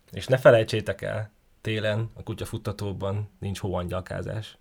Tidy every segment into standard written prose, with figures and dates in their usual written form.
És ne felejtsétek el, télen a kutyafuttatóban nincs hóangyalkázás.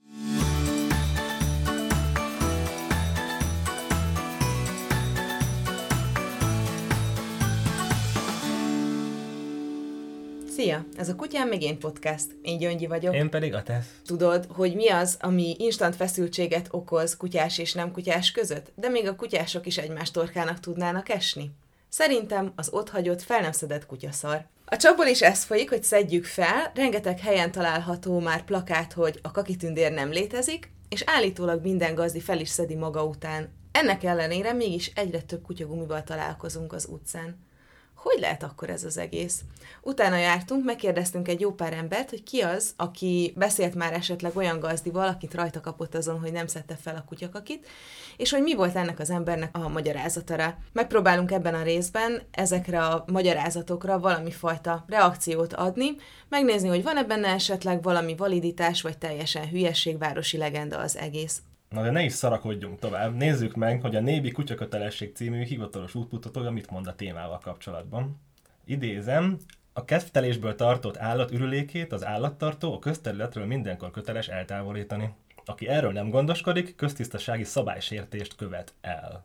Szia! Ez a Kutyám meg én podcast. Én Gyöngyi vagyok. Én pedig a Tesz. Tudod, hogy mi az, ami instant feszültséget okoz kutyás és nem kutyás között, de még a kutyások is egymás torkának tudnának esni? Szerintem az otthagyott, fel nem szedett kutyaszar. A csapból is ez folyik, hogy szedjük fel, rengeteg helyen található már plakát, hogy a kakitündér nem létezik, és állítólag minden gazdi fel is szedi maga után. Ennek ellenére mégis egyre több kutyagumival találkozunk az utcán. Hogy lehet akkor ez az egész? Utána jártunk, megkérdeztünk egy jó pár embert, hogy ki az, aki beszélt már esetleg olyan gazdival, akit rajta kapott azon, hogy nem szedte fel a kutyakakit, és hogy mi volt ennek az embernek a magyarázata rá. Megpróbálunk ebben a részben ezekre a magyarázatokra valami fajta reakciót adni, megnézni, hogy van-e benne esetleg valami validitás, vagy teljesen hülyesség, városi legenda az egész. Na de ne is szarakodjunk tovább, nézzük meg, hogy a Nébi Kutyakötelesség című hivatalos útmutatója mit mond a témával kapcsolatban. Idézem, a kedvtelésből tartott állat ürülékét az állattartó a közterületről mindenkor köteles eltávolítani. Aki erről nem gondoskodik, köztisztasági szabálysértést követ el.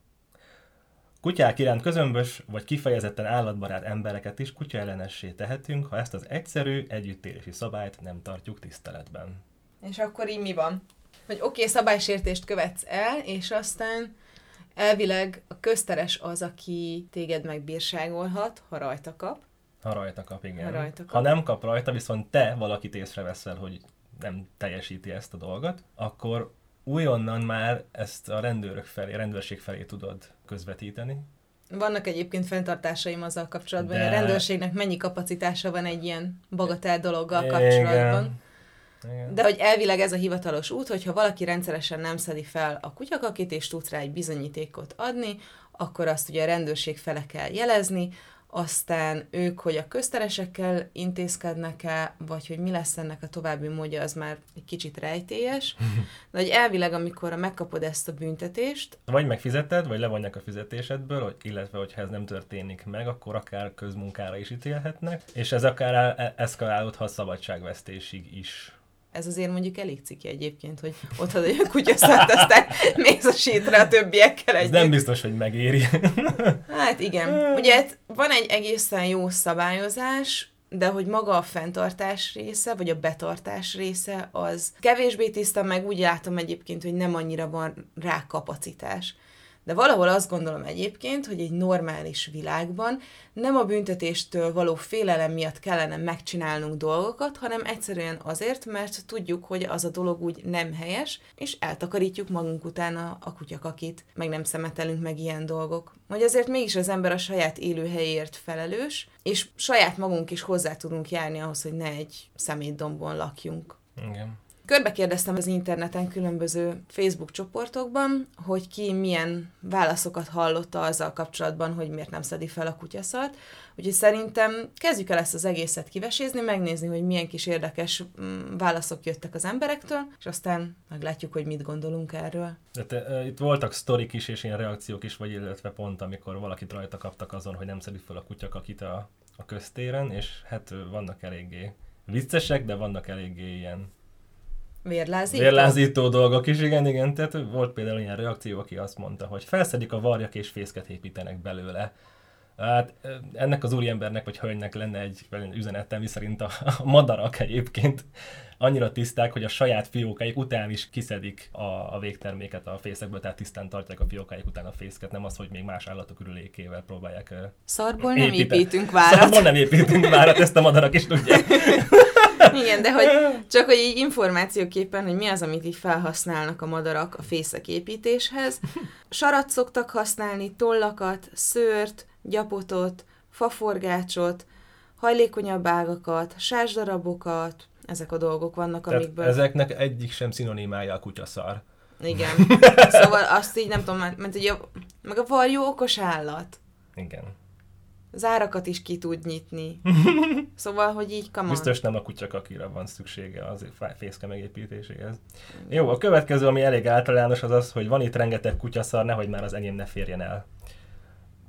Kutyák iránt közömbös vagy kifejezetten állatbarát embereket is kutyaellenessé tehetünk, ha ezt az egyszerű együttélési szabályt nem tartjuk tiszteletben. És akkor így mi van? Hogy oké, szabálysértést követsz el, és aztán elvileg a közteres az, aki téged megbírságolhat, ha rajta kap. Ha rajta kap, igen. Ha rajta kap. Ha nem kap rajta, viszont te valakit észreveszel, hogy nem teljesíti ezt a dolgot, akkor újonnan már ezt a rendőrség felé tudod közvetíteni. Vannak egyébként fenntartásaim azzal kapcsolatban, hogy a rendőrségnek mennyi kapacitása van egy ilyen bagatel dologgal kapcsolatban. Igen. De hogy elvileg ez a hivatalos út, hogyha valaki rendszeresen nem szedi fel a kutyakakit, és tudsz rá egy bizonyítékot adni, akkor azt ugye a rendőrség fele kell jelezni, aztán ők, hogy a közteresekkel intézkednek-e, vagy hogy mi lesz ennek a további módja, az már egy kicsit rejtélyes. De hogy elvileg, amikor megkapod ezt a büntetést... Vagy megfizeted, vagy levonják a fizetésedből, illetve hogyha ez nem történik meg, akkor akár közmunkára is ítélhetnek, és ez akár eszkalálódhat szabadságvesztésig is. Ez azért mondjuk elég ciki egyébként, hogy ott hadd a kutyaszart, aztán mész a sétre a többiekkel együtt. Ez nem biztos, hogy megéri. Hát igen. Ugye van egy egészen jó szabályozás, de hogy maga a fenntartás része, vagy a betartás része, az kevésbé tiszta, meg úgy látom egyébként, hogy nem annyira van rá kapacitás. De valahol azt gondolom egyébként, hogy egy normális világban nem a büntetéstől való félelem miatt kellene megcsinálnunk dolgokat, hanem egyszerűen azért, mert tudjuk, hogy az a dolog úgy nem helyes, és eltakarítjuk magunk után a kutyakakit, meg nem szemetelünk meg ilyen dolgok. Hogy azért mégis az ember a saját élőhelyéért felelős, és saját magunk is hozzá tudunk járni ahhoz, hogy ne egy szemétdombon lakjunk. Igen. Körbekérdeztem az interneten különböző Facebook csoportokban, hogy ki milyen válaszokat hallotta azzal kapcsolatban, hogy miért nem szedi fel a kutyaszart. Úgyhogy szerintem kezdjük el ezt az egészet kivesézni, megnézni, hogy milyen kis érdekes válaszok jöttek az emberektől, és aztán meglátjuk, hogy mit gondolunk erről. De itt voltak sztorik is, és ilyen reakciók is, vagy illetve pont, amikor valakit rajta kaptak azon, hogy nem szedik fel a kutyakakit a köztéren, és hát vannak eléggé viccesek, de vannak eléggé ilyen Vérlázító dolgok is, igen. Tehát volt például ilyen reakció, aki azt mondta, hogy felszedik a varjak és fészket építenek belőle. Hát ennek az úriembernek vagy hölgynek lenne egy üzenetem, miszerint a madarak egyébként annyira tiszták, hogy a saját fiókáik után is kiszedik a végterméket a fészekből, tehát tisztán tartják a fiókáik után a fészket, nem az, hogy még más állatok ürülékével próbálják Szarból nem építünk várat. Szarból nem építünk várat, ezt a madarak is tudják. Igen, de hogy csak hogy így információképpen, hogy mi az, amit így felhasználnak a madarak a fészek építéshez. Sarat szoktak használni, tollakat, szőrt, gyapotot, faforgácsot, hajlékonyabb ágakat, sásdarabokat, ezek a dolgok vannak, tehát amikből... ezeknek egyik sem szinonimája a kutyaszar. Igen. Szóval azt így nem tudom, mert ugye meg a varjú okos állat. Igen. Az árakat is ki tud nyitni. Szóval, hogy így come on. Biztos nem a kutyakakira van szüksége az fészke megépítéséhez. Jó, a következő, ami elég általános, az az, hogy van itt rengeteg kutyaszar, nehogy már az enyém ne férjen el.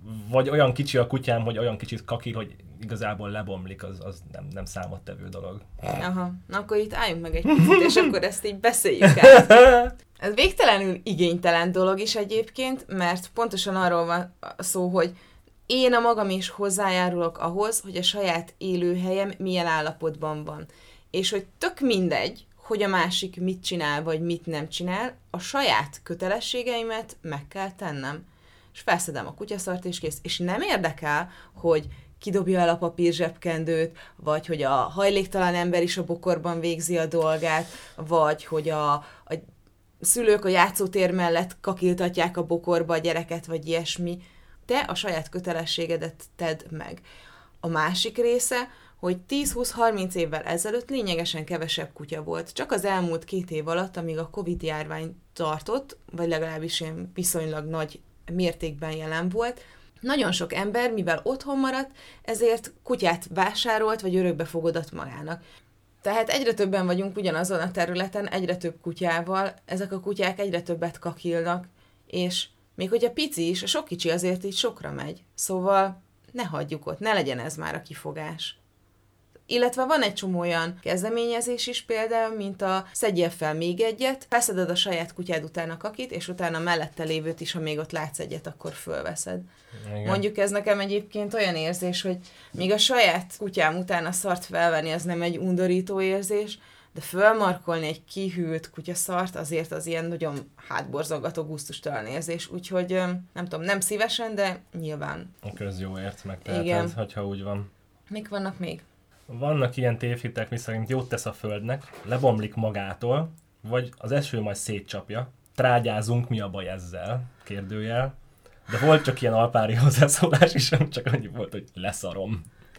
vagy olyan kicsi a kutyám, hogy olyan kicsit kakil, hogy igazából lebomlik, az nem számottevő dolog. Aha, na akkor itt álljunk meg egy picit, és akkor ezt így beszéljük el. Ez végtelenül igénytelen dolog is egyébként, mert pontosan arról van szó, hogy én a magam is hozzájárulok ahhoz, hogy a saját élőhelyem milyen állapotban van. És hogy tök mindegy, hogy a másik mit csinál, vagy mit nem csinál, a saját kötelességeimet meg kell tennem. És felszedem a kutyaszart, és kész. És nem érdekel, hogy kidobja el a papír zsebkendőt, vagy hogy a hajléktalan ember is a bokorban végzi a dolgát, vagy hogy a szülők a játszótér mellett kakiltatják a bokorba a gyereket, vagy ilyesmi. Te a saját kötelességedet tedd meg. A másik része, hogy 10-20-30 évvel ezelőtt lényegesen kevesebb kutya volt. Csak az elmúlt 2 év alatt, amíg a Covid-járvány tartott, vagy legalábbis ilyen viszonylag nagy mértékben jelen volt, nagyon sok ember, mivel otthon maradt, ezért kutyát vásárolt, vagy örökbefogadott magának. Tehát egyre többen vagyunk ugyanazon a területen, egyre több kutyával, ezek a kutyák egyre többet kakilnak, és még hogyha pici is, a sok kicsi azért így sokra megy. Szóval ne hagyjuk ott, ne legyen ez már a kifogás. Illetve van egy csomó olyan kezdeményezés is például, mint a szedjél fel még egyet, felszeded a saját kutyád után a kakit, és utána mellette lévőt is, ha még ott látsz egyet, akkor fölveszed. Igen. Mondjuk ez nekem egyébként olyan érzés, hogy még a saját kutyám után a szart felvenni, az nem egy undorító érzés, de fölmarkolni egy kihűlt kutyaszart azért az ilyen nagyon hátborzongató, gusztustalan érzés, úgyhogy nem tudom, nem szívesen, de nyilván. A közjóért megteheted, hogyha úgy van. Mik vannak még? Vannak ilyen tévhitek, miszerint jót tesz a földnek, lebomlik magától, vagy az eső majd szétcsapja. Trágyázunk, mi a baj ezzel? Kérdőjel. De volt csak ilyen alpári hozzászólás is, csak annyi volt, hogy leszarom.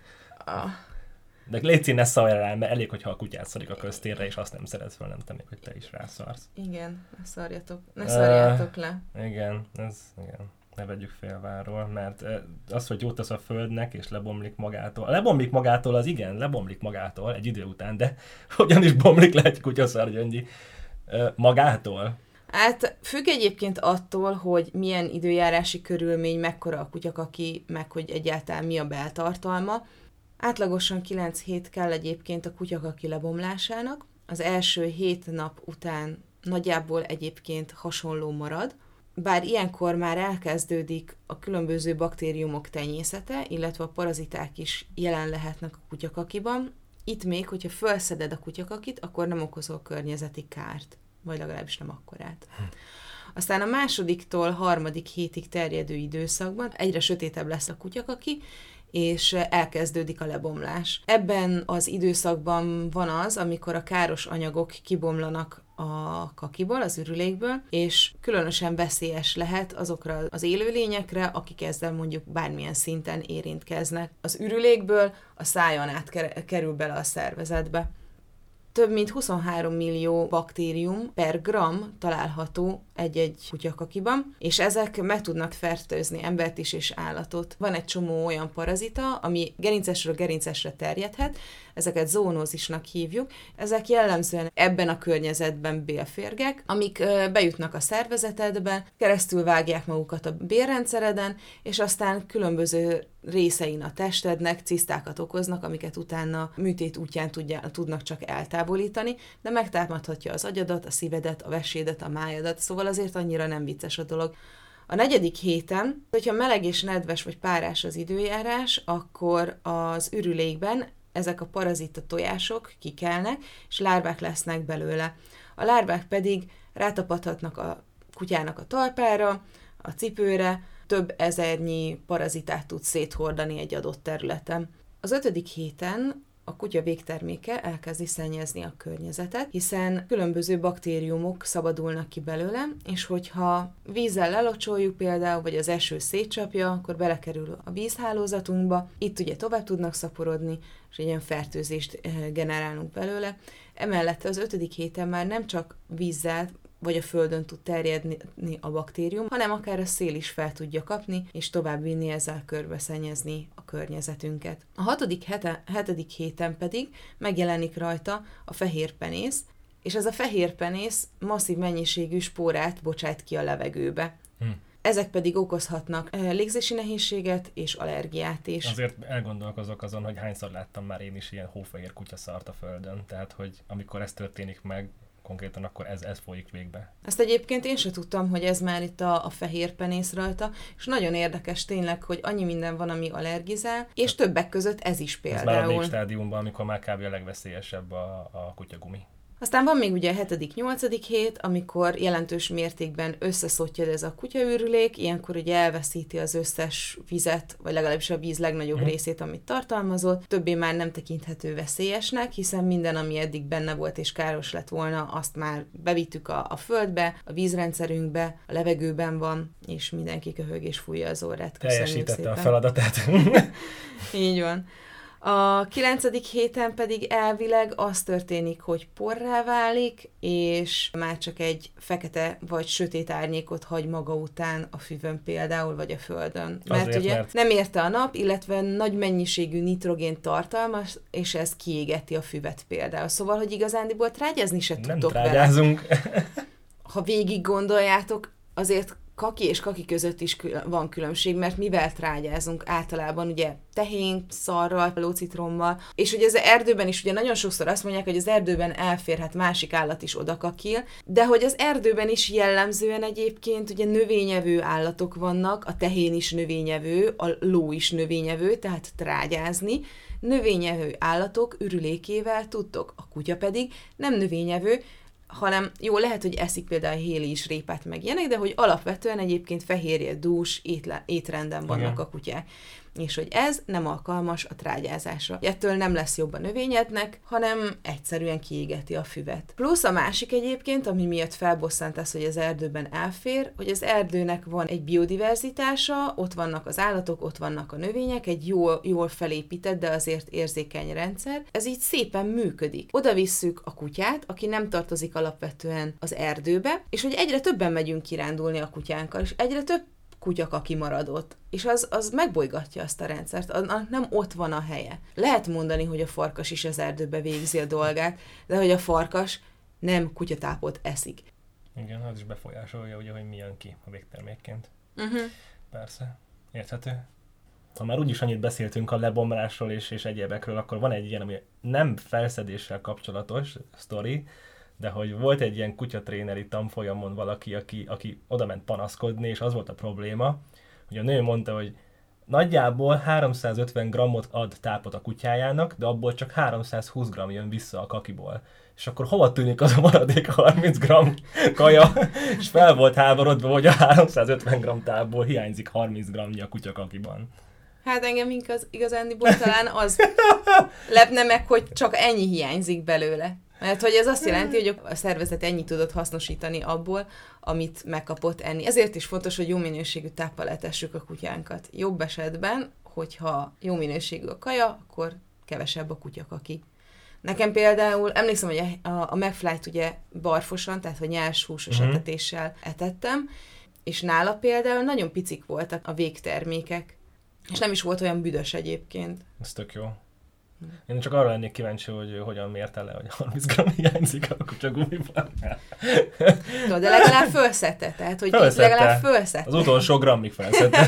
De légy ne szarj rá, mert elég, hogyha a kutyát szarik a köztérre, és azt nem szeretsz fel, nem tennék, hogy te is rászarsz. Igen, ne szarjátok le. Igen. Ne vegyük félváról, mert az, hogy jót tesz a földnek, és lebomlik magától. Lebomlik magától, az igen, lebomlik magától egy idő után, de hogyan is bomlik le egy kutyaszar, Gyöngyi? Magától? Hát függ egyébként attól, hogy milyen időjárási körülmény, mekkora a kutyakaki, meg hogy egyáltalán mi a beltartalma. Átlagosan 9 hét kell egyébként a kutyakaki lebomlásának. Az első 7 nap után nagyjából egyébként hasonló marad, bár ilyenkor már elkezdődik a különböző baktériumok tenyészete, illetve a paraziták is jelen lehetnek a kutyakakiban. Itt még, hogyha felszeded a kutyakakit, akkor nem okozol környezeti kárt, vagy legalábbis nem akkorát. Aztán a másodiktól harmadik hétig terjedő időszakban egyre sötétebb lesz a kutyakaki, és elkezdődik a lebomlás. Ebben az időszakban van az, amikor a káros anyagok kibomlanak a kakiból, az ürülékből, és különösen veszélyes lehet azokra az élőlényekre, akik ezzel mondjuk bármilyen szinten érintkeznek. Az ürülékből a szájon át kerül bele a szervezetbe. Több mint 23 millió baktérium per gram található egy-egy kutyakakiban, és ezek meg tudnak fertőzni embert is és állatot. Van egy csomó olyan parazita, ami gerincesről gerincesre terjedhet, ezeket zoonózisnak hívjuk. Ezek jellemzően ebben a környezetben bélférgek, amik bejutnak a szervezetedbe, keresztül vágják magukat a bélrendszereden, és aztán különböző részein a testednek cisztákat okoznak, amiket utána műtét útján tudnak csak eltávolítani, de megtámadhatja az agyadat, a szívedet, a vesédet, a májadat, szóval azért annyira nem vicces a dolog. A 4. héten, hogyha meleg és nedves vagy párás az időjárás, akkor az ürülékben ezek a parazita tojások kikelnek, és lárvák lesznek belőle. A lárvák pedig rátapadhatnak a kutyának a talpára, a cipőre, több ezernyi parazitát tud széthordani egy adott területen. Az 5. héten a kutya végterméke elkezdi szennyezni a környezetet, hiszen különböző baktériumok szabadulnak ki belőle, és hogyha vízzel lelocsoljuk például, vagy az eső szétcsapja, akkor belekerül a vízhálózatunkba, itt ugye tovább tudnak szaporodni, és egy ilyen fertőzést generálunk belőle. Emellett az 5. héten már nem csak vízzel vagy a földön tud terjedni a baktérium, hanem akár a szél is fel tudja kapni, és tovább vinni, ezzel körbeszennyezni a környezetünket. A 7. héten pedig megjelenik rajta a fehérpenész, és ez a fehérpenész masszív mennyiségű spórát bocsájt ki a levegőbe. ezek pedig okozhatnak légzési nehézséget és allergiát is. Azért elgondolkozok azon, hogy hányszor láttam már én is ilyen hófehér kutyaszart a földön, tehát hogy amikor ez történik meg, konkrétan akkor ez folyik végbe. Ezt egyébként én se tudtam, hogy ez már itt a fehér penész rajta, és nagyon érdekes tényleg, hogy annyi minden van, ami allergizál, és többek között ez is például. Ez már a végstádiumban, amikor már kb. A legveszélyesebb a kutyagumi. Aztán van még ugye a 7.-8. hét, amikor jelentős mértékben összeszottyad ez a kutyaürülék, ilyenkor ugye elveszíti az összes vizet, vagy legalábbis a víz legnagyobb részét, amit tartalmazott. Többé már nem tekinthető veszélyesnek, hiszen minden, ami eddig benne volt és káros lett volna, azt már bevittük a földbe, a vízrendszerünkbe, a levegőben van, és mindenki köhög és fújja az orrát. Teljesítette a feladatát. Így van. A 9. héten pedig elvileg az történik, hogy porrá válik, és már csak egy fekete vagy sötét árnyékot hagy maga után a füvön például, vagy a földön. Mert nem érte a nap, illetve nagy mennyiségű nitrogént tartalmaz, és ez kiégeti a füvet például. Szóval, hogy igazándiból trágyázni se tudtok vele. Nem trágyázunk. Ha végig gondoljátok, azért kaki és kaki között is van különbség, mert mivel trágyázunk általában, ugye tehén, szarral, lócitrommal, és ugye az erdőben is ugye nagyon sokszor azt mondják, hogy az erdőben elférhet másik állat is oda kakil, de hogy az erdőben is jellemzően egyébként ugye növényevő állatok vannak, a tehén is növényevő, a ló is növényevő, tehát trágyázni, növényevő állatok ürülékével tudtok, a kutya pedig nem növényevő, hanem jó, lehet, hogy eszik például héli is répát meg ilyenek, de hogy alapvetően egyébként fehérje, dús étrenden vannak igen. A kutyák. És hogy ez nem alkalmas a trágyázásra. Ettől nem lesz jobb a növényednek, hanem egyszerűen kiégeti a füvet. Plusz a másik egyébként, ami miatt felbosszant az, hogy az erdőben elfér, hogy az erdőnek van egy biodiverzitása, ott vannak az állatok, ott vannak a növények, egy jól felépített, de azért érzékeny rendszer. Ez így szépen működik. Oda visszük a kutyát, aki nem tartozik alapvetően az erdőbe, és hogy egyre többen megyünk kirándulni a kutyánkkal, és egyre több kutyakaki maradott, és az megbolygatja azt a rendszert, nem ott van a helye. Lehet mondani, hogy a farkas is az erdőbe végzi a dolgát, de hogy a farkas nem kutyatápot eszik. Igen, az is befolyásolja, ugye, hogy mi jön ki a végtermékként. Persze, érthető. Ha már úgyis annyit beszéltünk a lebomlásról és egyébekről, akkor van egy ilyen, ami nem felszedéssel kapcsolatos sztori, de hogy volt egy ilyen kutyatréneri tanfolyamon valaki, aki oda ment panaszkodni, és az volt a probléma, hogy a nő mondta, hogy nagyjából 350 grammot ad tápot a kutyájának, de abból csak 320 gramm jön vissza a kakiból. És akkor hova tűnik az a maradék 30 gramm kaja? És fel volt háborodva, hogy a 350 gramm tápból hiányzik 30 grammja a kutyakakiban. Hát engem igazándiból talán az lepne meg, hogy csak ennyi hiányzik belőle. Mert hogy ez azt jelenti, hogy a szervezet ennyit tudott hasznosítani abból, amit megkapott enni. Ezért is fontos, hogy jó minőségű táppal etessük a kutyánkat. Jobb esetben, hogyha jó minőségű a kaja, akkor kevesebb a kutyakaki. Nekem például, emlékszem, hogy a McFly-t ugye barfosan, tehát hogy nyers húsos etetéssel etettem, és nála például nagyon picik voltak a végtermékek, és nem is volt olyan büdös egyébként. Ez tök jó. Én csak arra lennék kíváncsi, hogy hogyan mérte le, hogy 30 gramm hiányzik a kutyagumiban. No, de legalább fölszedte, tehát hogy legalább fölszedte. Az utolsó grammig felszedte.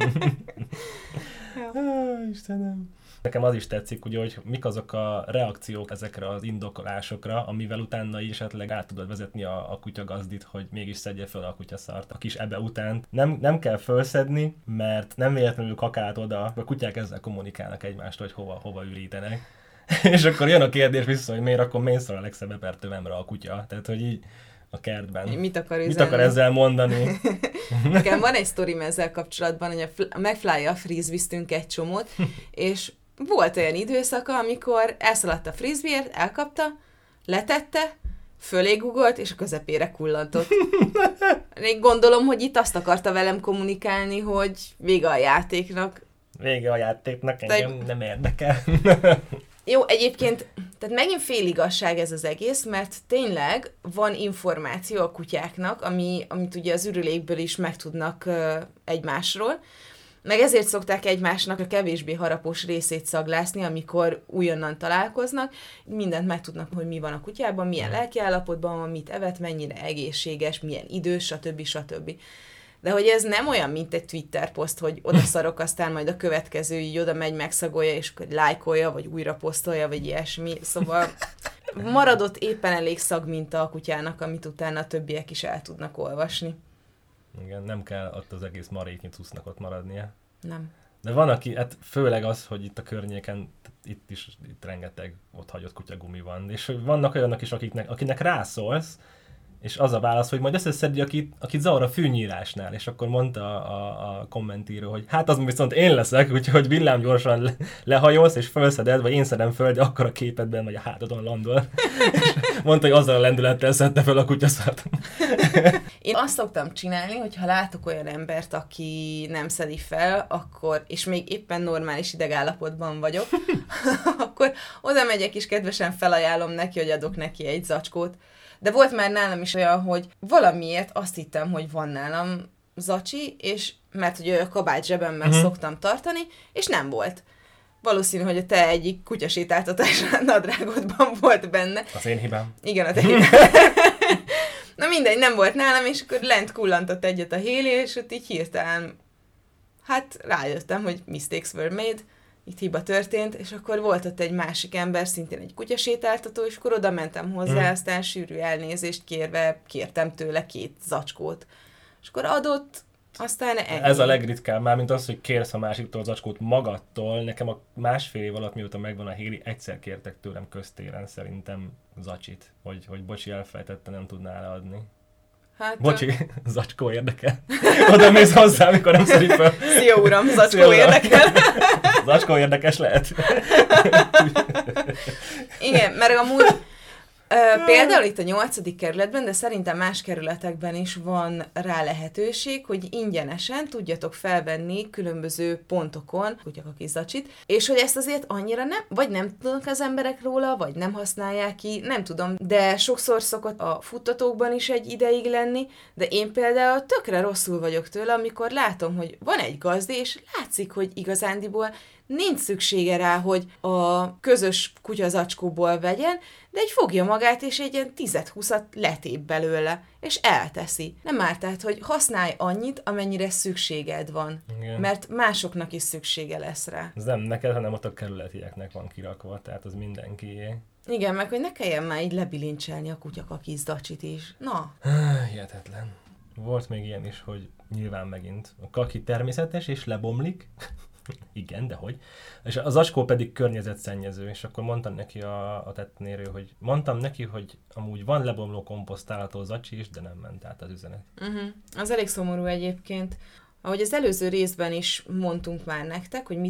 Istenem. Nekem az is tetszik, ugye, hogy mik azok a reakciók ezekre az indokolásokra, amivel utána is esetleg át tudod vezetni a kutyagazdit, hogy mégis szedje fel a kutyaszart a kis ebe után. Nem kell fölszedni, mert nem véletlenül kakált oda, a kutyák ezzel kommunikálnak egymástól, hogy hova ürítenek. És akkor jön a kérdés vissza, hogy miért akkor mész a legszebb epertövemre a kutya. Tehát, hogy így a kertben. Mit akar ezzel mondani? Nekem van egy sztorim ezzel kapcsolatban, hogy a McFly-jal frisbiztünk egy csomót, és volt olyan időszaka, amikor elszaladt a frisbee-ért, elkapta, letette, fölé gugolt, és a közepére kullantott. Én gondolom, hogy itt azt akarta velem kommunikálni, hogy vége a játéknak. Vége a játéknak, engem nem érdekel. Jó, egyébként, tehát megint féligazság ez az egész, mert tényleg van információ a kutyáknak, amit ugye az ürülékből is megtudnak egymásról, meg ezért szokták egymásnak a kevésbé harapós részét szaglászni, amikor újonnan találkoznak, mindent megtudnak, hogy mi van a kutyában, milyen lelkiállapotban van, mit evett, mennyire egészséges, milyen idős, stb. De hogy ez nem olyan, mint egy Twitter poszt, hogy odaszarok, aztán majd a következő így oda megy, megszagolja, és akkor lájkolja, vagy újra posztolja, vagy ilyesmi. Szóval maradott éppen elég szagminta a kutyának, amit utána a többiek is el tudnak olvasni. Igen, nem kell ott az egész maréknyi cuccnak ott maradnia. Nem. De van, aki, hát főleg az, hogy itt a környéken, itt rengeteg ott hagyott kutyagumi van. És vannak olyanok is, akinek rászólsz, és az a válasz, hogy majd összeszedi, akit zavar a fűnyírásnál, és akkor mondta a kommentíró, hogy hát az viszont én leszek, úgyhogy villámgyorsan lehajolsz, és felszeded, vagy én szedem föl, de akkor a képedben, vagy a hátadon landol. Mondta, hogy azzal a lendülettel szedte fel a kutyaszart. Én azt szoktam csinálni, hogy ha látok olyan embert, aki nem szedi fel, akkor, és még éppen normális idegállapotban vagyok, akkor oda megyek és kedvesen felajánlom neki, hogy adok neki egy zacskót. De volt már nálam is olyan, hogy valamiért azt hittem, hogy van nálam zacsi, és mert hogy a kabát zsebemben szoktam tartani, és nem volt. Valószínű, hogy a te egyik kutyasétáltatás nadrágodban volt benne. Az én hibám. Igen, a te hibám. Na mindegy, nem volt nálam, és akkor lent kullantott egyet a Héli, és ott így hirtelen, hát rájöttem, hogy mistakes were made, itt hiba történt, és akkor volt ott egy másik ember, szintén egy kutyasétáltató, és akkor oda mentem hozzá, aztán sűrű elnézést kérve kértem tőle 2 zacskót. És akkor adott, aztán ennyi. Ez a legritkább, mármint az, hogy kérsz a másiktól zacskót magadtól. Nekem a 1,5 év alatt, mióta megvan a Héli, egyszer kértek tőlem köztéren szerintem zacsit, hogy bocsi, elfelejtette, nem tudná leadni. Hát, bocsi, zacskó érdekel. Oda mész hozzá, amikor nem szedi fel. Szia uram, zacskó érdekel. Zacskó érdekes lehet. Igen, mert amúgy például itt a 8. kerületben, de szerintem más kerületekben is van rá lehetőség, hogy ingyenesen tudjatok felvenni különböző pontokon kutyakakis zacsit, és hogy ezt azért annyira nem, vagy nem tudnak az emberek róla, vagy nem használják ki, nem tudom, de sokszor szokott a futtatókban is egy ideig lenni, de én például tökre rosszul vagyok tőle, amikor látom, hogy van egy gazdi, és látszik, hogy igazándiból nincs szüksége rá, hogy a közös kutyazacskóból vegyen, de egy fogja magát, és egy ilyen 10-20-at letép belőle, és elteszi. Nem árt, tehát, hogy használj annyit, amennyire szükséged van. Igen. Mert másoknak is szüksége lesz rá. Ez nem neked, hanem ott a kerületieknek van kirakva, tehát az mindenkié. Igen, meg hogy ne kelljen már így lebilincselni a kutyakakis zacsit is. Na. Hihetetlen. Volt még ilyen is, hogy nyilván megint a kaki természetes és lebomlik. Igen, de hogy? És az zacskó pedig környezetszennyező, és akkor mondtam neki a tettnérő, hogy mondtam neki, hogy amúgy van lebomló komposztálható zacsi is, de nem ment át az üzenet. Az elég szomorú egyébként. Ahogy az előző részben is mondtunk már nektek, hogy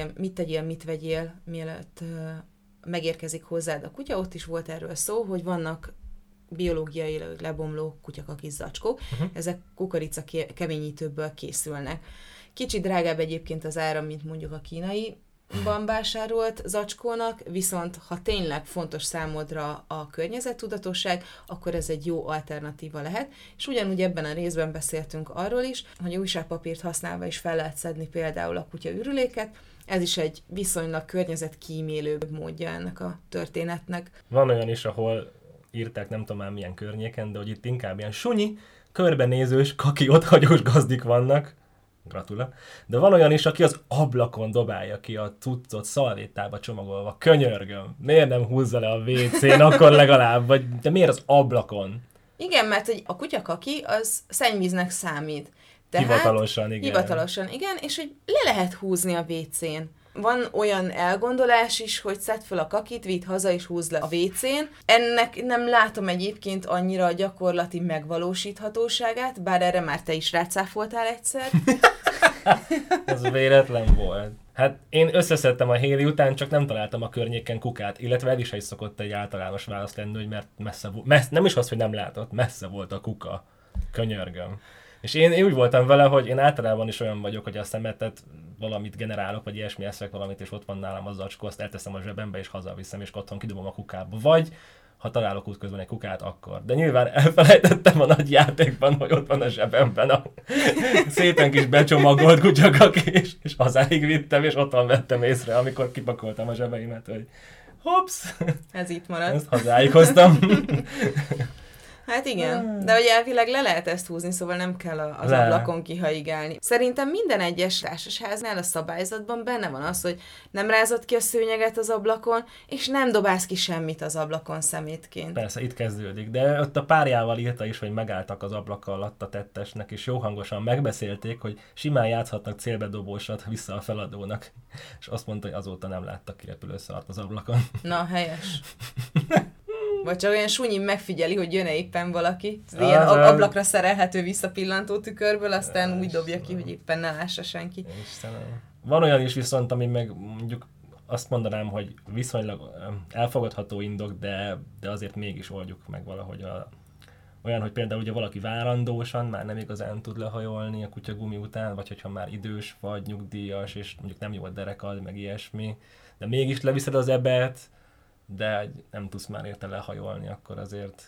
mit vegyél, mielőtt megérkezik hozzád a kutya, ott is volt erről szó, hogy vannak biológiailag lebomló kutyakakis zacskók, ezek kukorica keményítőből készülnek. Kicsit drágább egyébként az ára, mint mondjuk a kínaiban vásárolt zacskónak, viszont ha tényleg fontos számodra a környezettudatosság, akkor ez egy jó alternatíva lehet. És ugyanúgy ebben a részben beszéltünk arról is, hogy újságpapírt használva is fel lehet szedni például a kutya ürüléket. Ez is egy viszonylag környezetkímélőbb módja ennek a történetnek. Van olyan is, ahol írták nem tudom már milyen környéken, de hogy itt inkább ilyen sunyi, körbenézős, kaki otthagyós gazdik vannak. Gratula. De van olyan is, aki az ablakon dobálja ki a cuccot szalvétába csomagolva. Könyörgöm. Miért nem húzza le a WC-n akkor legalább? Vagy de miért az ablakon? Igen, mert hogy a kutyakaki az szennyvíznek számít. Tehát, hivatalosan, igen, és hogy le lehet húzni a WC-n. Van olyan elgondolás is, hogy szedd fel a kakit, vidd haza és húzd le a WC-n. Ennek nem látom egyébként annyira a gyakorlati megvalósíthatóságát, bár erre már te is rácáfoltál egyszer. Ez véletlen volt. Hát én összeszedtem a Héli után, csak nem találtam a környéken kukát, illetve el is szokott egy általános választ lenni, hogy mert messze volt. Nem is az, hogy nem látott, messze volt a kuka. Könyörgöm. És én úgy voltam vele, hogy én általában is olyan vagyok, hogy a szemetet valamit generálok, vagy ilyesmi eszek valamit, és ott van nálam az zacskó, azt elteszem a zsebembe, és hazaviszem, és otthon kidobom a kukába. Vagy, ha találok útközben egy kukát, akkor. De nyilván elfelejtettem a nagy játékban, hogy ott van a zsebemben a szépen kis becsomagolt kutyakakis, és hazáig vittem, és otthon vettem észre, amikor kipakoltam a zsebeimet, hogy hops! Ez itt marad. Ezt hazáig hoztam. Hát igen, de hogy elvileg le lehet ezt húzni, szóval nem kell az ablakon kihaigálni. Szerintem minden egyes társasháznál a szabályzatban benne van az, hogy nem rázott ki a szőnyeget az ablakon, és nem dobálsz ki semmit az ablakon szemétként. Persze, itt kezdődik, de ott a párjával írta is, hogy megálltak az ablak alatt a tettesnek, és jó hangosan megbeszélték, hogy simán játszhatnak célbedobósat vissza a feladónak. És azt mondta, hogy azóta nem láttak kirepülőszart az ablakon. Na, helyes. Vagy csak olyan sunyi megfigyeli, hogy jön-e éppen valaki. Ilyen ablakra szerelhető visszapillantó tükörből, aztán úgy dobja ki, hogy éppen ne lássa senki. Istenem. Van olyan is viszont, ami meg mondjuk azt mondanám, hogy viszonylag elfogadható indok, de azért mégis oldjuk meg valahogy olyan, hogy például ugye valaki várandósan már nem igazán tud lehajolni a kutyagumi után, vagy hogyha már idős vagy, nyugdíjas, és mondjuk nem jó a derekad, meg ilyesmi, de mégis leviszed az ebet, de nem tudsz már érte lehajolni, akkor azért...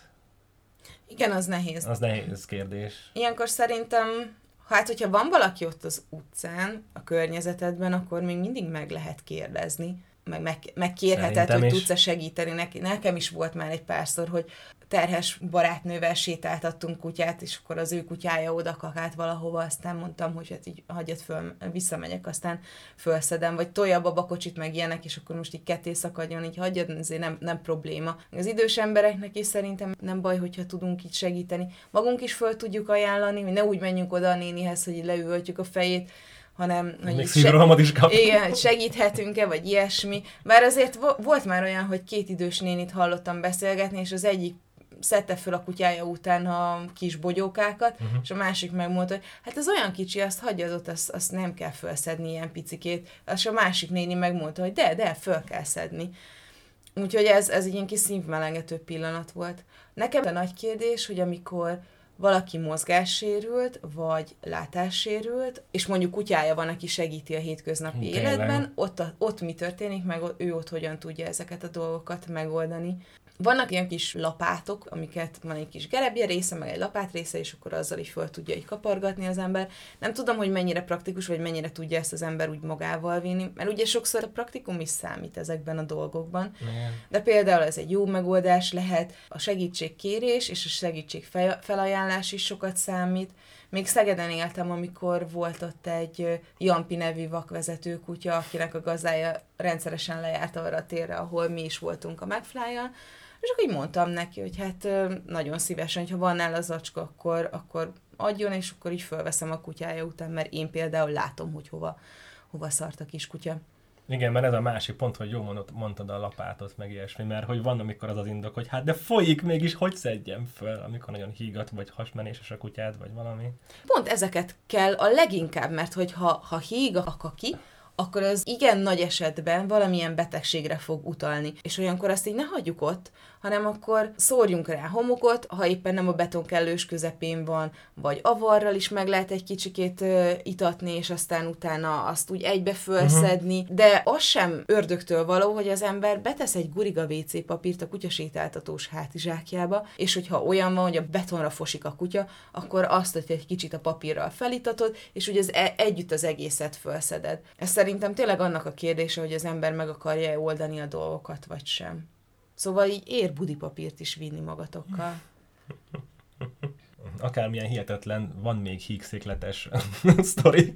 Igen, az nehéz. Az nehéz kérdés. Ilyenkor szerintem, hát hogyha van valaki ott az utcán, a környezetedben, akkor még mindig meg lehet kérdezni, megkérheted, hogy tudsz-e segíteni. Nekem is volt már egy párszor, hogy terhes barátnővel sétáltattunk kutyát, és akkor az ő kutyája oda kakált valahova, aztán mondtam, hogy hát így hagyjad föl, visszamegyek, aztán fölszedem, vagy tolja a babakocsit, meg ilyenek, és akkor most így ketté szakadjon, így hagyjad, azért nem probléma. Az idős embereknek is szerintem nem baj, hogyha tudunk így segíteni. Magunk is föl tudjuk ajánlani, hogy ne úgy menjünk oda a nénihez, hogy leüvöltjük a fejét, hanem hogy szívrohamot is kap. Igen, segíthetünk-e, vagy ilyesmi. Bár azért volt már olyan, hogy 2 idős nénit hallottam beszélgetni, és az egyik szedte föl a kutyája után a kis bogyókákat, és a másik megmondta, hogy hát ez olyan kicsi, azt hagyjad ott, azt nem kell fölszedni ilyen picikét. És a másik néni megmondta, hogy de, föl kell szedni. Úgyhogy ez egy ilyen kis szívmelengető pillanat volt. Nekem a nagy kérdés, hogy amikor valaki mozgássérült, vagy látássérült, és mondjuk kutyája van, aki segíti a hétköznapi életben, ott mi történik, meg ő ott hogyan tudja ezeket a dolgokat megoldani. Vannak ilyen kis lapátok, amiket van egy kis gerebje része, meg egy lapát része, és akkor azzal is föl tudja így kapargatni az ember. Nem tudom, hogy mennyire praktikus, vagy mennyire tudja ezt az ember úgy magával vinni, mert ugye sokszor a praktikum is számít ezekben a dolgokban. De például ez egy jó megoldás lehet, a segítségkérés és a segítség felajánlás is sokat számít. Még Szegeden éltem, amikor volt ott egy Jampi nevű vakvezető kutya, akinek a gazdája rendszeresen lejárt arra a térre, ahol mi is voltunk a McFly-jal, és akkor így mondtam neki, hogy hát nagyon szívesen, hogyha van nála zacska, akkor adjon, és akkor így fölveszem a kutyája után, mert én például látom, hogy hova szart a kiskutya. Igen, mert ez a másik pont, hogy jól mondtad a lapátot, meg ilyesmi, mert hogy van, amikor az indok, hogy hát de folyik mégis, hogy szedjem föl, amikor nagyon hígat, vagy hasmenéses a kutyád, vagy valami. Pont ezeket kell a leginkább, mert hogy ha híg a kaki, akkor az igen nagy esetben valamilyen betegségre fog utalni. És olyankor azt így ne hagyjuk ott, hanem akkor szórjunk rá homokot, ha éppen nem a betonkellős közepén van, vagy avarral is meg lehet egy kicsikét itatni, és aztán utána azt úgy egybe fölszedni, de az sem ördögtől való, hogy az ember betesz egy guriga WC papírt a kutyasétáltatós hátizsákjába, és hogyha olyan van, hogy a betonra fosik a kutya, akkor azt, hogy egy kicsit a papírral felitatod, és ugye együtt az egészet fölszeded. Ez szerintem tényleg annak a kérdése, hogy az ember meg akarja oldani a dolgokat, vagy sem. Szóval így ér budipapírt is vinni magatokkal. Akármilyen hihetetlen, van még hígszékletes sztori.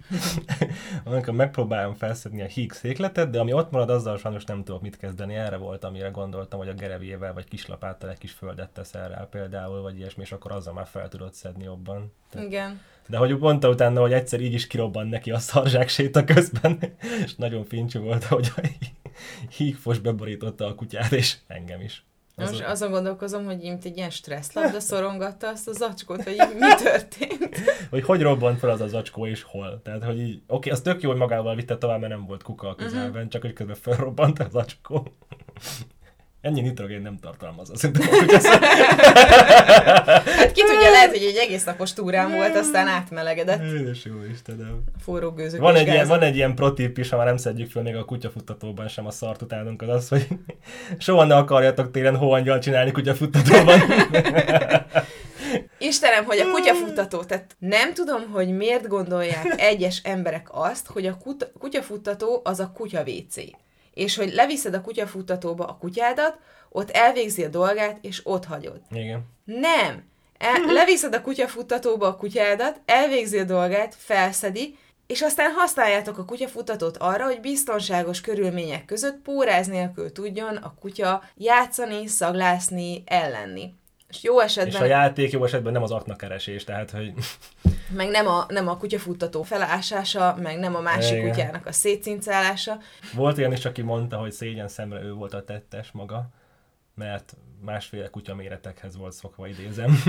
Amikor megpróbálom felszedni a hígszékletet, de ami ott marad, azzal sajnos nem tudok mit kezdeni. Erre volt, amire gondoltam, hogy a gerevjével vagy kislapáttal egy kis földet teszel rá például, vagy ilyesmi, és akkor azzal már fel tudod szedni jobban. Igen. De hogy mondta utána, hogy egyszer így is kirobban neki a szarzsák séta közben, és nagyon fincsú volt, hogy a hígfos beborította a kutyát, és engem is. Most azon gondolkozom, hogy mint egy ilyen stresszlabda szorongatta azt a zacskót, hogy mi történt. Hogy robbant fel az a zacskó, és hol. Tehát, hogy így, oké, az tök jó, hogy magával vitte tovább, mert nem volt kuka a közelben, csak hogy közben felrobbant a zacskó. Ennyi nitrogén nem tartalmaz az. Hát ki tudja, lehet, hogy egy egész napos túrán volt, aztán átmelegedett. Édes jó Istenem. Forró gőzök van egy ilyen protip is, ha már nem szedjük föl még a kutyafuttatóban sem a szart utánunk, az, hogy soha ne akarjatok télen hóangyal csinálni kutyafuttatóban. Istenem, hogy a kutyafuttató, tehát nem tudom, hogy miért gondolják egyes emberek azt, hogy a kutyafuttató az a kutya WC. és hogy leviszed a kutyafuttatóba a kutyádat, ott elvégzi a dolgát, és ott hagyod. Igen. Nem! Leviszed a kutyafuttatóba a kutyádat, elvégzi a dolgát, felszedi, és aztán használjátok a kutyafuttatót arra, hogy biztonságos körülmények között póráz nélkül tudjon a kutya játszani, szaglászni, ellenni. És jó esetben... És a játék jó esetben nem az aknakeresés, tehát, hogy... Meg nem a kutyafuttató felásása, meg nem a másik Igen. kutyának a szétcincálása. Volt ilyen is, aki mondta, hogy szégyen szemre ő volt a tettes maga, mert másféle kutyaméretekhez volt szokva, idézem.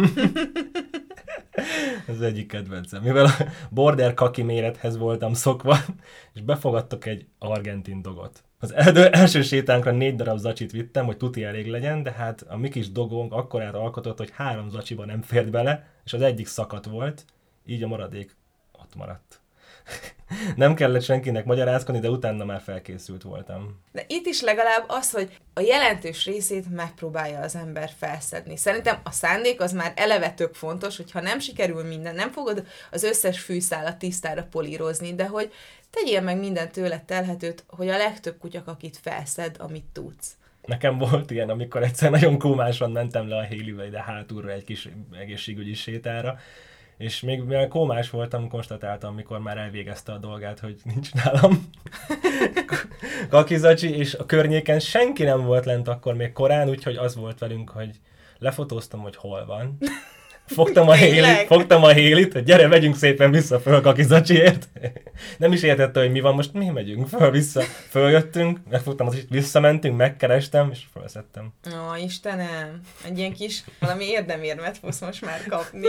Ez egyik kedvencem. Mivel a border kaki mérethez voltam szokva, és befogadtok egy argentin dogot. Az első sétánkra 4 darab zacsit vittem, hogy tuti elég legyen, de hát a mi kis dogónk akkorát alkotott, hogy 3 zacsiba nem fért bele, és az egyik szakadt volt, így a maradék ott maradt. Nem kellett senkinek magyarázkodni, de utána már felkészült voltam. De itt is legalább az, hogy a jelentős részét megpróbálja az ember felszedni. Szerintem a szándék az már eleve tök fontos, hogyha nem sikerül minden, nem fogod az összes fűszálat tisztára polírozni, de hogy tegyél meg minden tőled telhetőt, hogy a legtöbb kutyakakit felszed, amit tudsz. Nekem volt ilyen, amikor egyszer nagyon kómásan mentem le a Hélivel ide hátulra egy kis egészségügyi sétára, és még mivel kómás voltam, konstatáltam, amikor már elvégezte a dolgát, hogy nincs nálam kakizacsi, és a környéken senki nem volt lent akkor még korán, úgyhogy az volt velünk, hogy lefotóztam, hogy hol van. Fogtam a Hélit, hogy gyere, megyünk szépen vissza föl a kakizacsiért. Nem is értette, hogy mi van, most mi megyünk föl-vissza. Följöttünk, megfogtam az, visszamentünk, megkerestem, és felszettem. Ó, Istenem, egy ilyen kis valami érdemérmet fogsz most már kapni.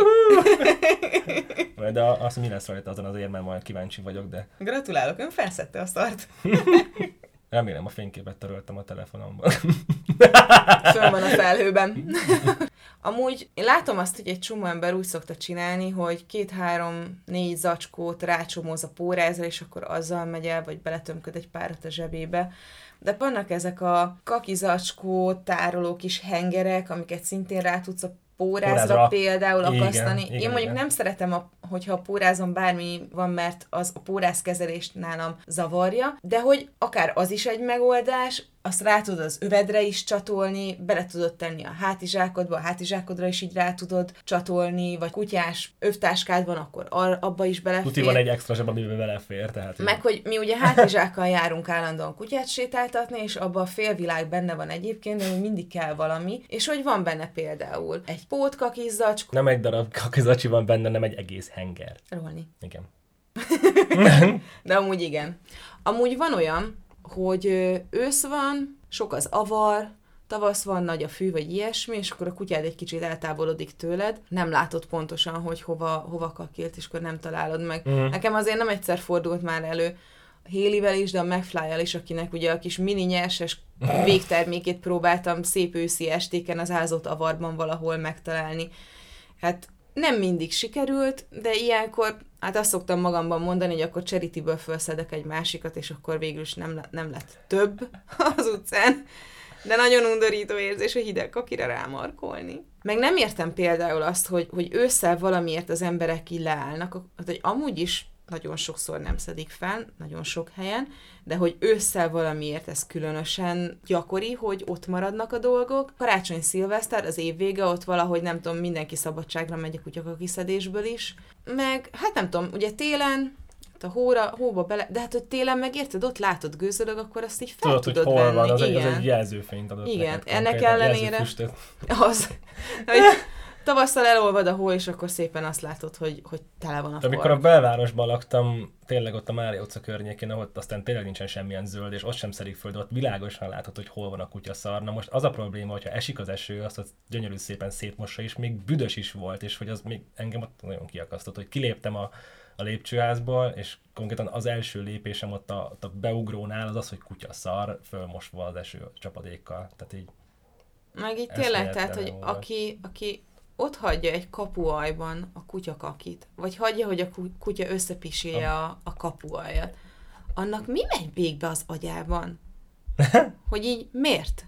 De az mi lesz rajta azon az érmen, majd kíváncsi vagyok, de... Gratulálok, ön felszedte a szart. Remélem a fényképet töröltem a telefonomban. Föl van a felhőben. Amúgy én látom azt, hogy egy csomó ember úgy szokta csinálni, hogy 2-3-4 zacskót rácsomóz a pórázra, és akkor azzal megy el, vagy beletömköd egy párat a zsebébe. De vannak ezek a kakizacskó tároló kis hengerek, amiket szintén rá tudsz a pórázra például akasztani. Igen, én mondjuk nem szeretem, hogyha a pórázon bármi van, mert az a pórázkezelést nálam zavarja, de hogy akár az is egy megoldás, azt rá tudod az övedre is csatolni, bele tudod tenni a hátizsákodba, a hátizsákodra is így rá tudod csatolni, vagy kutyás övtáskád van, akkor abba is belefér. Tuti van egy extra zseb, amiben belefér. Tehát meg, hogy mi ugye hátizsákkal járunk állandóan kutyát sétáltatni, és abban a félvilág benne van egyébként, de mindig kell valami, és hogy van benne például egy pótkakizzacskó. Nem egy darab kakizacsi van benne, nem egy egész henger. Rolni. Igen. De amúgy igen. Amúgy van olyan, hogy ősz van, sok az avar, tavasz van, nagy a fű, vagy ilyesmi, és akkor a kutyád egy kicsit eltávolodik tőled, nem látod pontosan, hogy hova kakilt, és akkor nem találod meg. Nekem azért nem egyszer fordult már elő a Hélivel is, de a McFly-jal is, akinek ugye a kis mini nyerses végtermékét próbáltam szép őszi estéken az ázott avarban valahol megtalálni. Hát nem mindig sikerült, de ilyenkor, hát azt szoktam magamban mondani, hogy akkor Charity-ből felszedek egy másikat, és akkor végül is nem lett több az utcán. De nagyon undorító érzés, hogy hideg kakira rámarkolni. Meg nem értem például azt, hogy ősszel valamiért az emberek így leállnak, hogy amúgy is nagyon sokszor nem szedik fel, nagyon sok helyen, de hogy ősszel valamiért ez különösen gyakori, hogy ott maradnak a dolgok. Karácsony, szilveszter, az év vége, ott valahogy nem tudom, mindenki szabadságra megy a kutyakakiszedésből is. Meg, hát nem tudom, ugye télen, a hóba bele, de hát, hogy télen meg érted, ott látod gőzölög, akkor azt így fel tudod hogy hol venni. Van, az igen. egy jelzőfényt adott. Igen, neked, ennek ellenére az, hogy tavasszal elolvad a hó, és akkor szépen azt látod, hogy tele van a de amikor a belvárosban laktam, tényleg ott a Mária utca környékén, ahol aztán tényleg nincsen semmilyen zöld, és ott sem szedik föl, de ott világosan látod, hogy hol van a kutyaszar. Na most az a probléma, hogyha esik az eső, azt gyönyörű szépen szétmossa, és még büdös is volt, és hogy az még engem ott nagyon kiakasztott, hogy kiléptem a lépcsőházból, és konkrétan az első lépésem ott a beugrónál az, hogy kutyaszar, fölmosva az eső csapadékkal. Tehát így... Meg így tényleg, tehát, hogy aki ott hagyja egy kapuajban a kutyakakit, vagy hagyja, hogy a kutya összepisélje a kapuajat, annak mi megy végbe az agyában? Hogy így miért?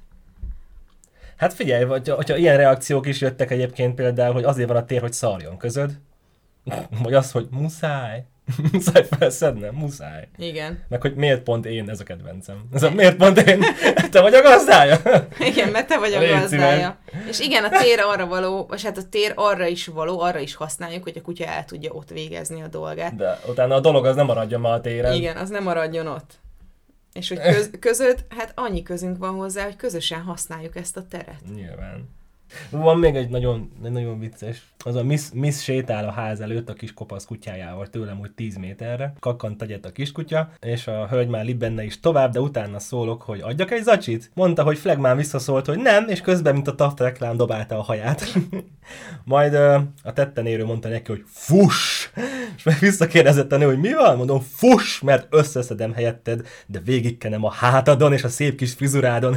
Hát figyelj, hogyha ilyen reakciók is jöttek egyébként például, hogy azért van a tér, hogy szarjon közöd, vagy az, hogy muszáj. Muszáj felszednem, muszáj. Igen. Meg hogy miért pont én, ez a kedvencem. Miért pont én? Te vagy a gazdája? Igen, mert te vagy a gazdája. És igen, a tér arra való, vagy hát a tér arra is való, arra is használjuk, hogy a kutya el tudja ott végezni a dolgát. De utána a dolog az nem maradjon már a téren. Igen, az nem maradjon ott. És hogy között, hát annyi közünk van hozzá, hogy közösen használjuk ezt a teret. Nyilván. Van még egy nagyon vicces. Az a Miss sétál a ház előtt a kis kopasz kutyájával tőlem úgy 10 méterre. Kakkant egyet a kiskutya, és a hölgy már lib benne is tovább, de utána szólok, hogy adjak egy zacsit? Mondta, hogy Flegmán visszaszólt, hogy nem, és közben, mint a Taft reklám, dobálta a haját. Majd a tetten érő mondta neki, hogy fuss! És meg visszakérdezett a nő, hogy mi van? Mondom, fuss, mert összeszedem helyetted, de végigkenem a hátadon és a szép kis frizurádon.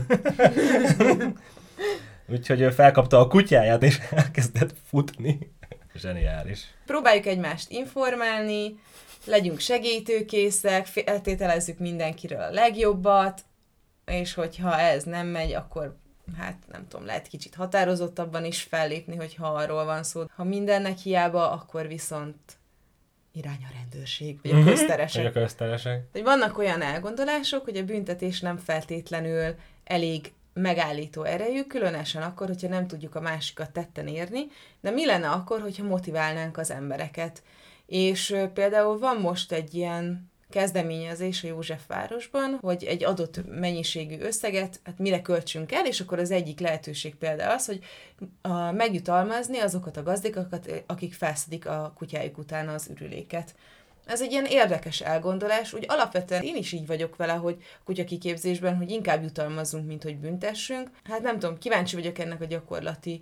Úgyhogy felkapta a kutyáját, és elkezdett futni. Zseniális. Próbáljuk egymást informálni, legyünk segítőkészek, feltételezzük mindenkiről a legjobbat, és hogyha ez nem megy, akkor hát nem tudom, lehet kicsit határozottabban is fellépni, hogyha arról van szó. Ha mindennek hiába, akkor viszont irány a rendőrség, vagy a közteresek. Vagy a közteresek. Vannak olyan elgondolások, hogy a büntetés nem feltétlenül elég megállító erejű, különösen akkor, hogyha nem tudjuk a másikat tetten érni, de mi lenne akkor, hogyha motiválnánk az embereket. És például van most egy ilyen kezdeményezés a Józsefvárosban, hogy egy adott mennyiségű összeget, hát mire költsünk el, és akkor az egyik lehetőség például az, hogy megjutalmazni azokat a gazdikákat, akik felszedik a kutyájuk után az ürüléket. Ez egy ilyen érdekes elgondolás, úgy alapvetően én is így vagyok vele, hogy kutyakiképzésben, hogy inkább jutalmazzunk, mint hogy büntessünk. Hát nem tudom, kíváncsi vagyok ennek a gyakorlati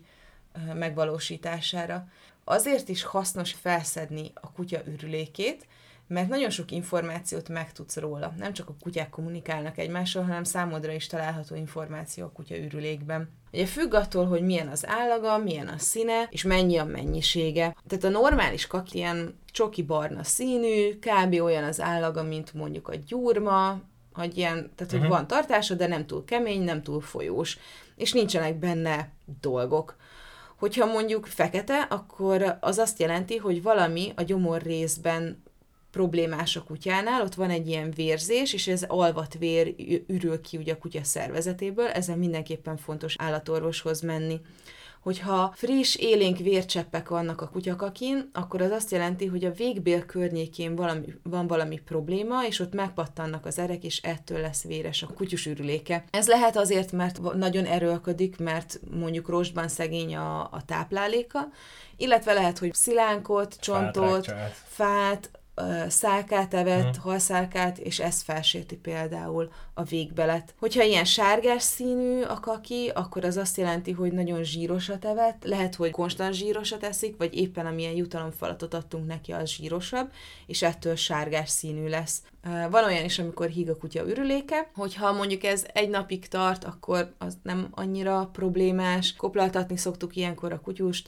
megvalósítására. Azért is hasznos felszedni a kutya ürülékét, mert nagyon sok információt megtudsz róla. Nem csak a kutyák kommunikálnak egymással, hanem számodra is található információ a kutya ürülékben. Ugye függ attól, hogy milyen az állaga, milyen a színe, és mennyi a mennyisége. Tehát a normális kaki ilyen csoki barna színű, kb. Olyan az állaga, mint mondjuk a gyurma, hogy ilyen, tehát hogy van tartása, de nem túl kemény, nem túl folyós, és nincsenek benne dolgok. Hogyha mondjuk fekete, akkor az azt jelenti, hogy valami a gyomor részben problémás a kutyánál, ott van egy ilyen vérzés, és ez alvat vér ürül ki ugye a kutya szervezetéből, ezzel mindenképpen fontos állatorvoshoz menni. Hogyha friss, élénk vércseppek vannak a kutyakakin, akkor az azt jelenti, hogy a végbél környékén van valami probléma, és ott megpattannak az erek, és ettől lesz véres a kutyus ürüléke. Ez lehet azért, mert nagyon erőlködik, mert mondjuk rostban szegény a tápláléka, illetve lehet, hogy szilánkot, csontot, fát, szálkát evett, halszálkát, és ez felsérti például a végbelet. Hogyha ilyen sárgás színű a kaki, akkor az azt jelenti, hogy nagyon zsírosat evett, lehet, hogy konstant zsírosat eszik, vagy éppen amilyen jutalomfalatot adtunk neki, az zsírosabb, és ettől sárgás színű lesz. Van olyan is, amikor híg a kutya ürüléke, hogyha mondjuk ez egy napig tart, akkor az nem annyira problémás. Koplaltatni szoktuk ilyenkor a kutyust,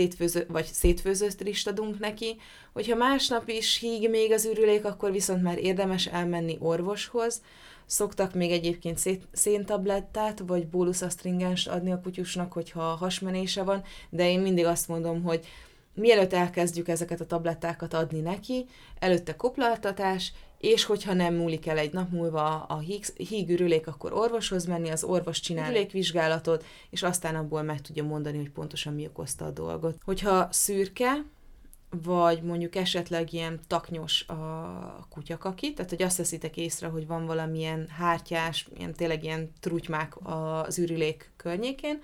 szétfőzött rist adunk neki. Hogyha másnap is híg még az ürülék, akkor viszont már érdemes elmenni orvoshoz. Szoktak még egyébként széntablettát, vagy bóluszasztringenst adni a kutyusnak, hogyha hasmenése van, de én mindig azt mondom, hogy mielőtt elkezdjük ezeket a tablettákat adni neki, előtte koplaltatás, és hogyha nem múlik el egy nap múlva a hígürülék, akkor orvoshoz menni, az orvos csinál ürülékvizsgálatot, és aztán abból meg tudja mondani, hogy pontosan mi okozta a dolgot. Hogyha szürke, vagy mondjuk esetleg ilyen taknyos a kutyakaki, tehát hogy azt veszitek észre, hogy van valamilyen hártyás, tényleg ilyen trutymák az ürülék környékén,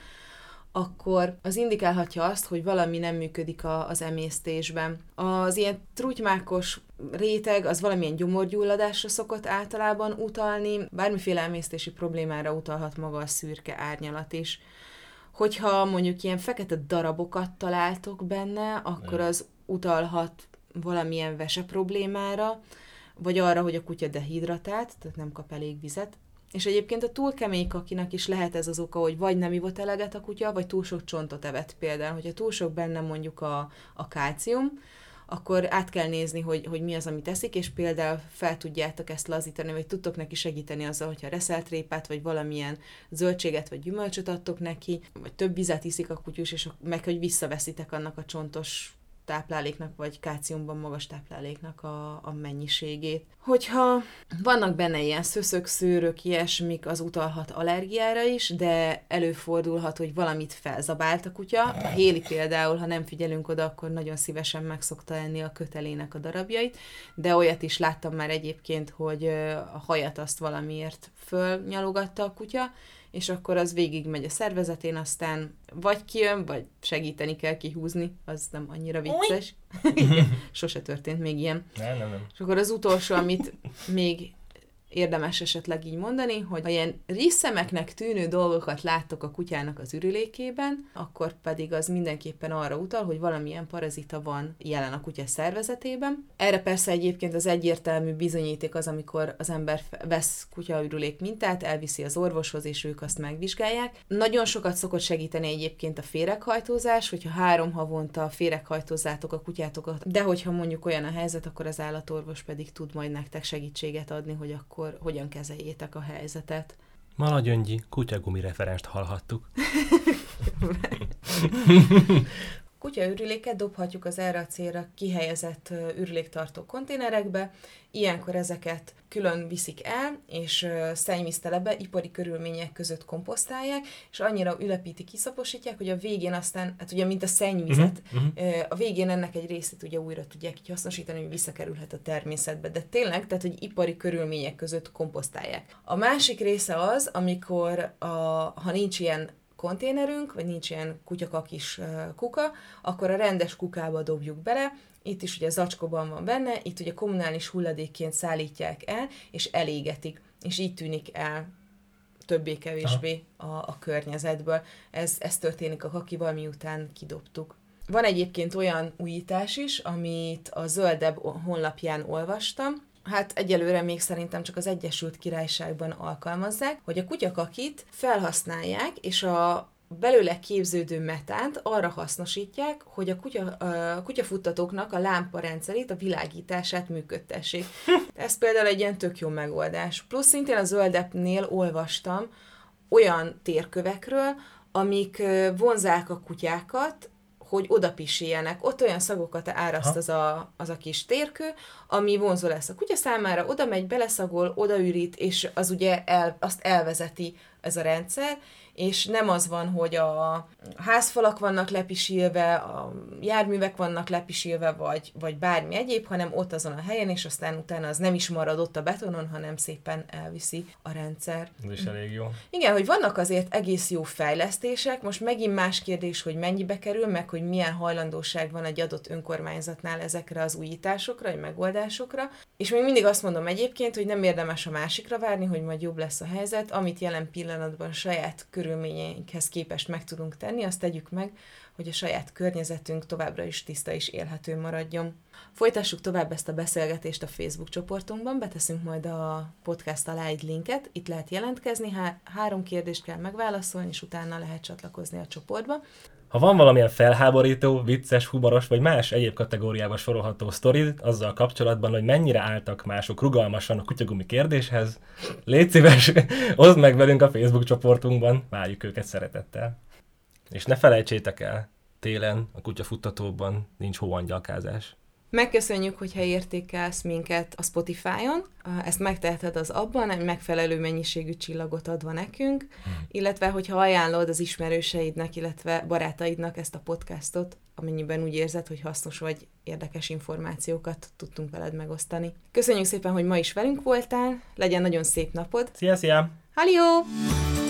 akkor az indikálhatja azt, hogy valami nem működik az emésztésben. Az ilyen trutymákos réteg az valamilyen gyomorgyulladásra szokott általában utalni, bármiféle emésztési problémára utalhat maga a szürke árnyalat is. Hogyha mondjuk ilyen fekete darabokat találtok benne, akkor az utalhat valamilyen vese problémára, vagy arra, hogy a kutya dehidratált, tehát nem kap elég vizet. És egyébként a túl kemény kakinak is lehet ez az oka, hogy vagy nem ivott eleget a kutya, vagy túl sok csontot evett például. Hogyha túl sok benne mondjuk a kálcium, akkor át kell nézni, hogy mi az, amit eszik, és például fel tudjátok ezt lazítani, vagy tudtok neki segíteni azzal, hogyha reszelt répát, vagy valamilyen zöldséget, vagy gyümölcsöt adtok neki, vagy több vizet iszik a kutyus, és meg hogy visszaveszitek annak a csontos tápláléknak, vagy kálciumban magas tápláléknak a mennyiségét. Hogyha vannak benne ilyen szöszök, szőrök, ilyesmik, az utalhat allergiára is, de előfordulhat, hogy valamit felzabált a kutya. A Héli például, ha nem figyelünk oda, akkor nagyon szívesen meg szokta enni a kötelének a darabjait, de olyat is láttam már egyébként, hogy a hajat azt valamiért fölnyalogatta a kutya, és akkor az végigmegy a szervezetén, aztán vagy kijön, vagy segíteni kell kihúzni, az nem annyira vicces. Sose történt még ilyen. Nem. És akkor az utolsó, amit még érdemes esetleg így mondani, hogy ha ilyen risszemeknek tűnő dolgokat láttok a kutyának az ürülékében, akkor pedig az mindenképpen arra utal, hogy valamilyen parazita van jelen a kutya szervezetében. Erre persze egyébként az egyértelmű bizonyíték az, amikor az ember vesz kutyaürülék mintát, elviszi az orvoshoz, és ők azt megvizsgálják. Nagyon sokat szokott segíteni egyébként a féreghajtózás, hogyha 3 havonta féreghajtózzátok a kutyátokat, de hogyha mondjuk olyan a helyzet, akkor az állatorvos pedig tud majd nektek segítséget adni, hogy akkor hogyan kezeljétek a helyzetet. Mala Gyöngyi kutyagumi referenst hallhattuk. Kutyaürüléket dobhatjuk az erre a célra kihelyezett ürüléktartó konténerekbe, ilyenkor ezeket külön viszik el, és szennyvíztelepbe, ipari körülmények között komposztálják, és annyira ülepítik, kiszaposítják, hogy a végén aztán, hát ugye mint a szennyvizet, a végén ennek egy részét ugye újra tudják így hasznosítani, hogy visszakerülhet a természetbe, de tényleg, tehát hogy ipari körülmények között komposztálják. A másik része az, amikor ha nincs ilyen konténerünk, vagy nincs ilyen kutyakakis kuka, akkor a rendes kukába dobjuk bele, itt is ugye zacskóban van benne, itt ugye kommunális hulladékként szállítják el, és elégetik, és így tűnik el többé-kevésbé a környezetből. Ez történik a kakival, miután kidobtuk. Van egyébként olyan újítás is, amit a Zöldebb honlapján olvastam, hát egyelőre még szerintem csak az Egyesült Királyságban alkalmazzák, hogy a kutyakakit felhasználják, és a belőle képződő metánt arra hasznosítják, hogy a kutyafuttatóknak a lámparendszerét, a világítását működtessék. Ez például egy ilyen tök jó megoldás. Plusz szintén a Zöldebbnél olvastam olyan térkövekről, amik vonzák a kutyákat, hogy oda pisiljenek. Ott olyan szagokat áraszt az a kis térkő, ami vonzó lesz a kutya számára, oda megy, beleszagol, odaürít, és az ugye azt elvezeti ez a rendszer, és nem az van, hogy a házfalak vannak lepisilve, a járművek vannak lepisilve, vagy bármi egyéb, hanem ott azon a helyen, és aztán utána az nem is marad ott a betonon, hanem szépen elviszi a rendszer. Ez is elég jó. Igen, hogy vannak azért egész jó fejlesztések, most megint más kérdés, hogy mennyibe kerül, meg hogy milyen hajlandóság van egy adott önkormányzatnál ezekre az újításokra, vagy megoldásokra. És még mindig azt mondom egyébként, hogy nem érdemes a másikra várni, hogy majd jobb lesz a helyzet, amit jelen pillanatban saját körülményeinkhez képest meg tudunk tenni, azt tegyük meg, hogy a saját környezetünk továbbra is tiszta és élhető maradjon. Folytassuk tovább ezt a beszélgetést a Facebook csoportunkban, beteszünk majd a podcast alá egy linket, itt lehet jelentkezni, 3 kérdést kell megválaszolni, és utána lehet csatlakozni a csoportba. Ha van valamilyen felháborító, vicces, humoros vagy más egyéb kategóriába sorolható sztorid azzal kapcsolatban, hogy mennyire álltak mások rugalmasan a kutyagumi kérdéshez, légy szíves, oszd meg velünk a Facebook csoportunkban, várjuk őket szeretettel. És ne felejtsétek el, télen a kutyafuttatóban nincs hóangyalkázás. Megköszönjük, hogyha értékelsz minket a Spotify-on, ezt megteheted az abban, egy megfelelő mennyiségű csillagot adva nekünk, illetve hogyha ajánlod az ismerőseidnek, illetve barátaidnak ezt a podcastot, amennyiben úgy érzed, hogy hasznos vagy érdekes információkat tudtunk veled megosztani. Köszönjük szépen, hogy ma is velünk voltál, legyen nagyon szép napod! Szia! Halió!